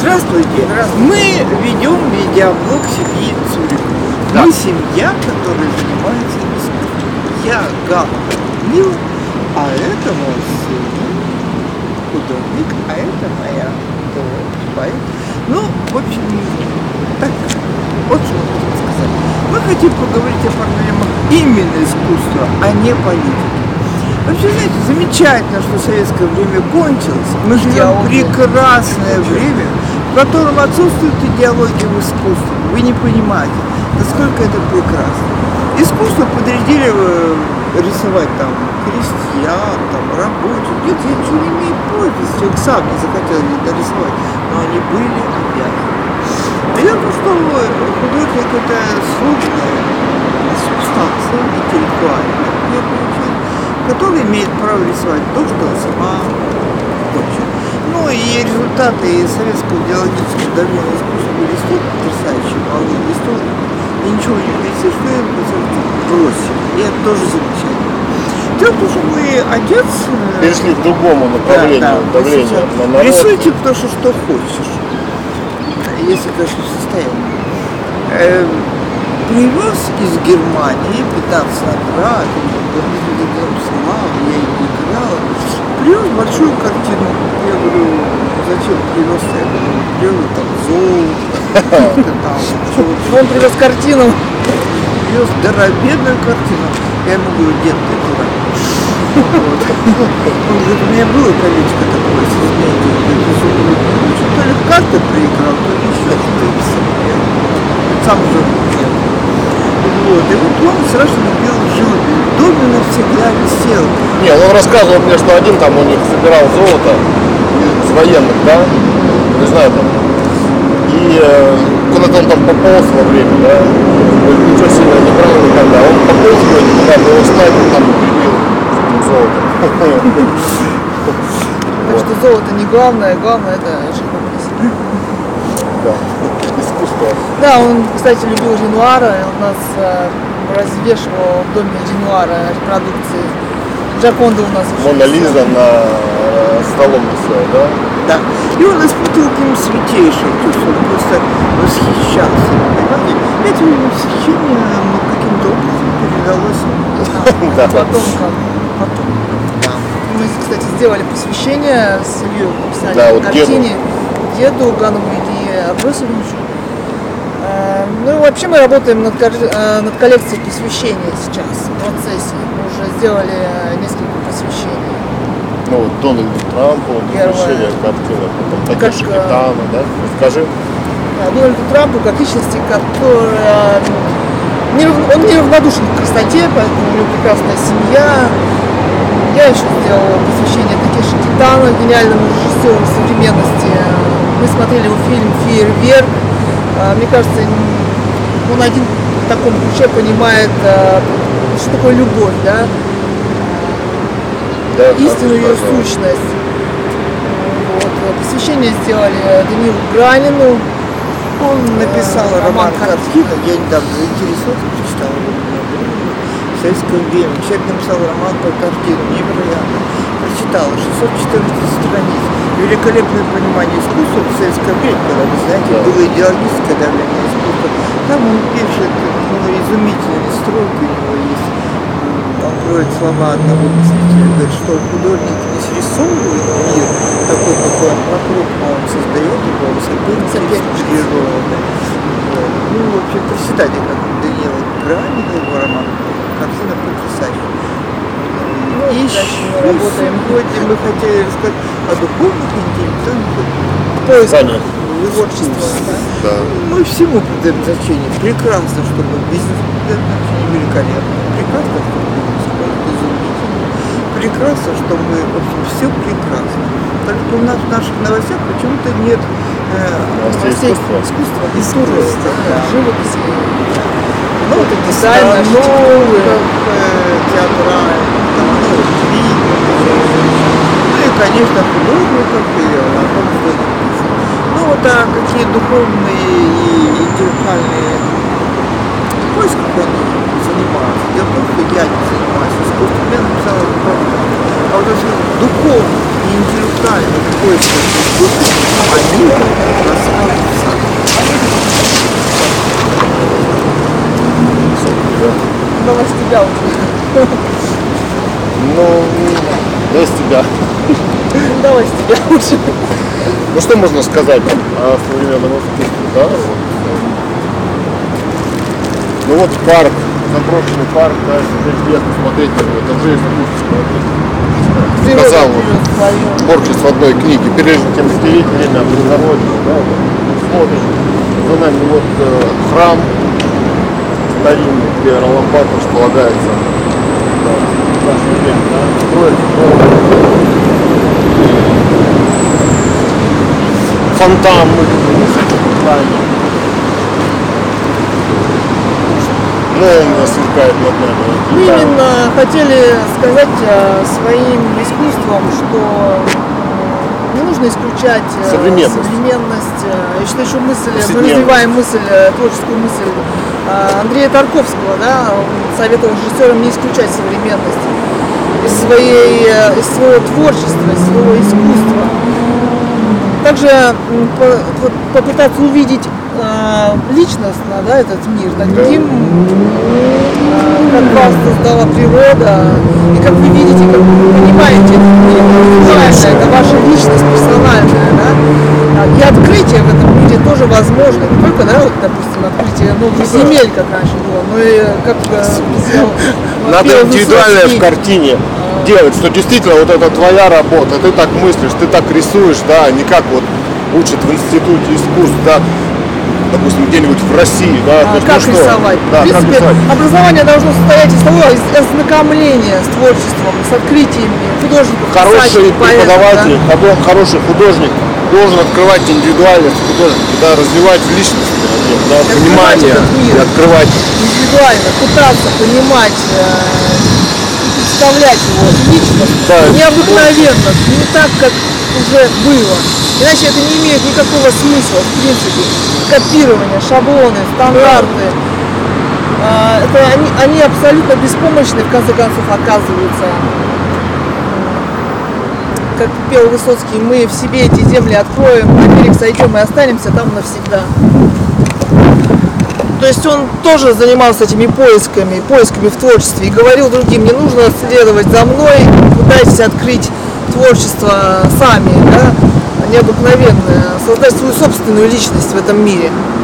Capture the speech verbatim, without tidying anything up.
Здравствуйте. Здравствуйте. Мы ведем видеоблог семьи Цуриков. Да. Мы семья, которая занимается искусством. Я Галка Мила, а это мой сын, художник, а это моя дочь, поэт. Ну, в общем, так, вот что мы хотим сказать. Мы хотим поговорить о проблемах именно искусства, а не политики. Вообще, знаете, замечательно, что советское время кончилось. Мы живем в прекрасное время, в котором отсутствует идеология в искусстве. Вы не понимаете, насколько это прекрасно. Искусство подрядили рисовать там крестьян, там рабочих. Нет, я ничего не имею против, человек сам не захотел нарисовать, но они были обязаны. Я думаю, что художник — это сложная субстанция интеллектуальная, в первую очередь, который имеет право рисовать то, что сама хочет. Ну и результаты советского идеологического давления искусства были столь потрясающие, молодые истории, и ничего не найти, что я бросил. И это тоже замечательно. Дело в том, что мы отец... Перешли к другому направлению, да, да, давления на народ. Рисуйте кто что, что хочешь, если, конечно, в состоянии. Э, привез из Германии пятнадцать наград, славы, я их не играла. Привез большую картину. Я говорю, зачем привез? Я говорю, привез там золото. Он привез картину. Привез здоровенную картину. Я ему говорю, дед, ты дурак. Он говорит, у меня было колечко такое со змейкой. То ли карты проиграл, то ли еще что-то. Сам же учил. Вот. И вот он сразу любил живопись. В доме навсегда висел. Не, он рассказывал мне, что один там у них собирал золото из военных, да? Не знаю там. И э, куда-то он там пополз во время, да? Ничего сильного не брал никогда. Он пополз вроде туда, но его снайпер там прибил этим золотом. Так что золото не главное, главное это живопись. Да, искусство. Да, он, кстати, любил Ренуара, и он нас э, развешивал в доме Ренуара репродукции. Джаконда у нас уже. Мона Лиза на э, столом висела, да? Да. И он испытывал к нему святейшее чувство, он просто восхищался. Понимаете? Это восхищение ну, каким-то образом передалось ему. Да. Потом как? Потом. Да. Мы, кстати, сделали посвящение с Ильей, написали да, вот картине деду Ганову Илье Абросовичу. Ну и вообще мы работаем над, над коллекцией посвящения сейчас, в процессе. Мы уже сделали несколько посвящений. Ну вот Дональду Трампу, посвящение картины, потом Такеши Китано, да? Скажи. Да, Дональду Трампу как личности, которая... Он неравнодушен к красоте, поэтому у него прекрасная семья. Я еще сделала посвящение Такеши Китано, гениальному режиссеру современности. Мы смотрели его фильм «Фейерверк». Мне кажется, он один в таком ключе понимает, что такое любовь, да? Да, истинную ее сущность. Вот. Посвящение сделали Данилу Гранину. Он написал э, роман «Картина». Я недавно заинтересовался, прочитал его в советском время. Человек написал роман по картину, невероятно. Прочитал шестьсот четырнадцать страниц. Великолепное понимание искусства в советском время, когда, вы знаете, да. было идеологическое давление искусства. Там он пишет ну, изумительные строки, у него есть. Он приводит слова одного мыслителя, говорит, что художник не срисовывает мир такой, какой он вокруг, а он создает его, он соперник с природой. Вот. Ну, в общем, прочитайте, как Даниила Гранина, его роман, картина потрясающая. Ну, и еще сегодня мы хотели рассказать о духовных интеллектуальных поисках творчества. Да? Да. Мы всему придаем значение. Прекрасно, чтобы бизнес придает значение, великолепно. Прекрасно, что мы спорт изумительно. Прекрасно, что мы, в общем, все прекрасно. Только у нас в наших новостях почему-то нет э, новостей искусства, искусства, искусства, да. живописи. Ну, это дизайн, новое, театральное, там, ну, фильмы, ну и, конечно, художников, и о том, что они пишут. Ну, вот а какие духовные и интеллектуальные поисках они занимаются. Дело в том, что я не занимаюсь искусством, я написала правда. А вот эти духовные и интеллектуальные поиски искусства, они как раз Ну, без тебя. Ну, давай с тебя лучше. Ну что можно сказать о современном искусстве, да? Ну вот парк, заброшенный парк, да, если интересно смотреть на него, это уже искусство. Природа Сказал живет вот своё. творчество одной книги, пережить мстить время образования, да, вот, смотришь, за нами вот э, храм старинный, где Ролан располагается. Да, в наше время, да, строится, фонтан мы видим с этим фонтаном. Молния сверкает над нами. Мы именно хотели сказать э, своим искусством, что э, не нужно исключать э, Современность. современность. Э, Я считаю, еще мысль, мы Повседневность. развиваем мысль, э, творческую мысль э, Андрея Тарковского, да, он советовал режиссерам не исключать современность из, своей, э, из своего творчества, из своего искусства. Также м, по- вот попытаться увидеть э, личностно, да, этот мир таким, э, как вас создала природа, и как вы видите, как вы понимаете этот мир, персональная, это ваша личность персональная, да. А, и открытие в этом мире тоже возможно, не только, да, вот, допустим, открытие новых земель, как раньше было, но и как э, сделал, Надо Павел индивидуальное в Высоцкий. картине делать, что действительно вот это твоя работа, ты так мыслишь, ты так рисуешь, да, не как вот учат в институте искусств, да, допустим, где-нибудь в России, да, А, то есть, как ну что, рисовать? да, В как принципе, рисовать. образование должно состоять из того, из ознакомления с творчеством, с открытиями художников, Хороший писателей, поэтов, преподаватель, да. худо- хороший художник должен открывать индивидуальность художника, да, развивать личность, да, открывать понимание, этот мир. и открывать. Индивидуально пытаться понимать э, и представлять его личность Да, необыкновенно, не так, как уже было. Иначе это не имеет никакого смысла, в принципе. Копирование, шаблоны, стандарты. А, это они, они абсолютно беспомощны, в конце концов, оказываются. Как пел Высоцкий, мы в себе эти земли откроем, на берег сойдем и останемся там навсегда. То есть он тоже занимался этими поисками, поисками в творчестве и говорил другим, не нужно следовать за мной, пытайтесь открыть творчество сами, да, необыкновенное, создать свою собственную личность в этом мире.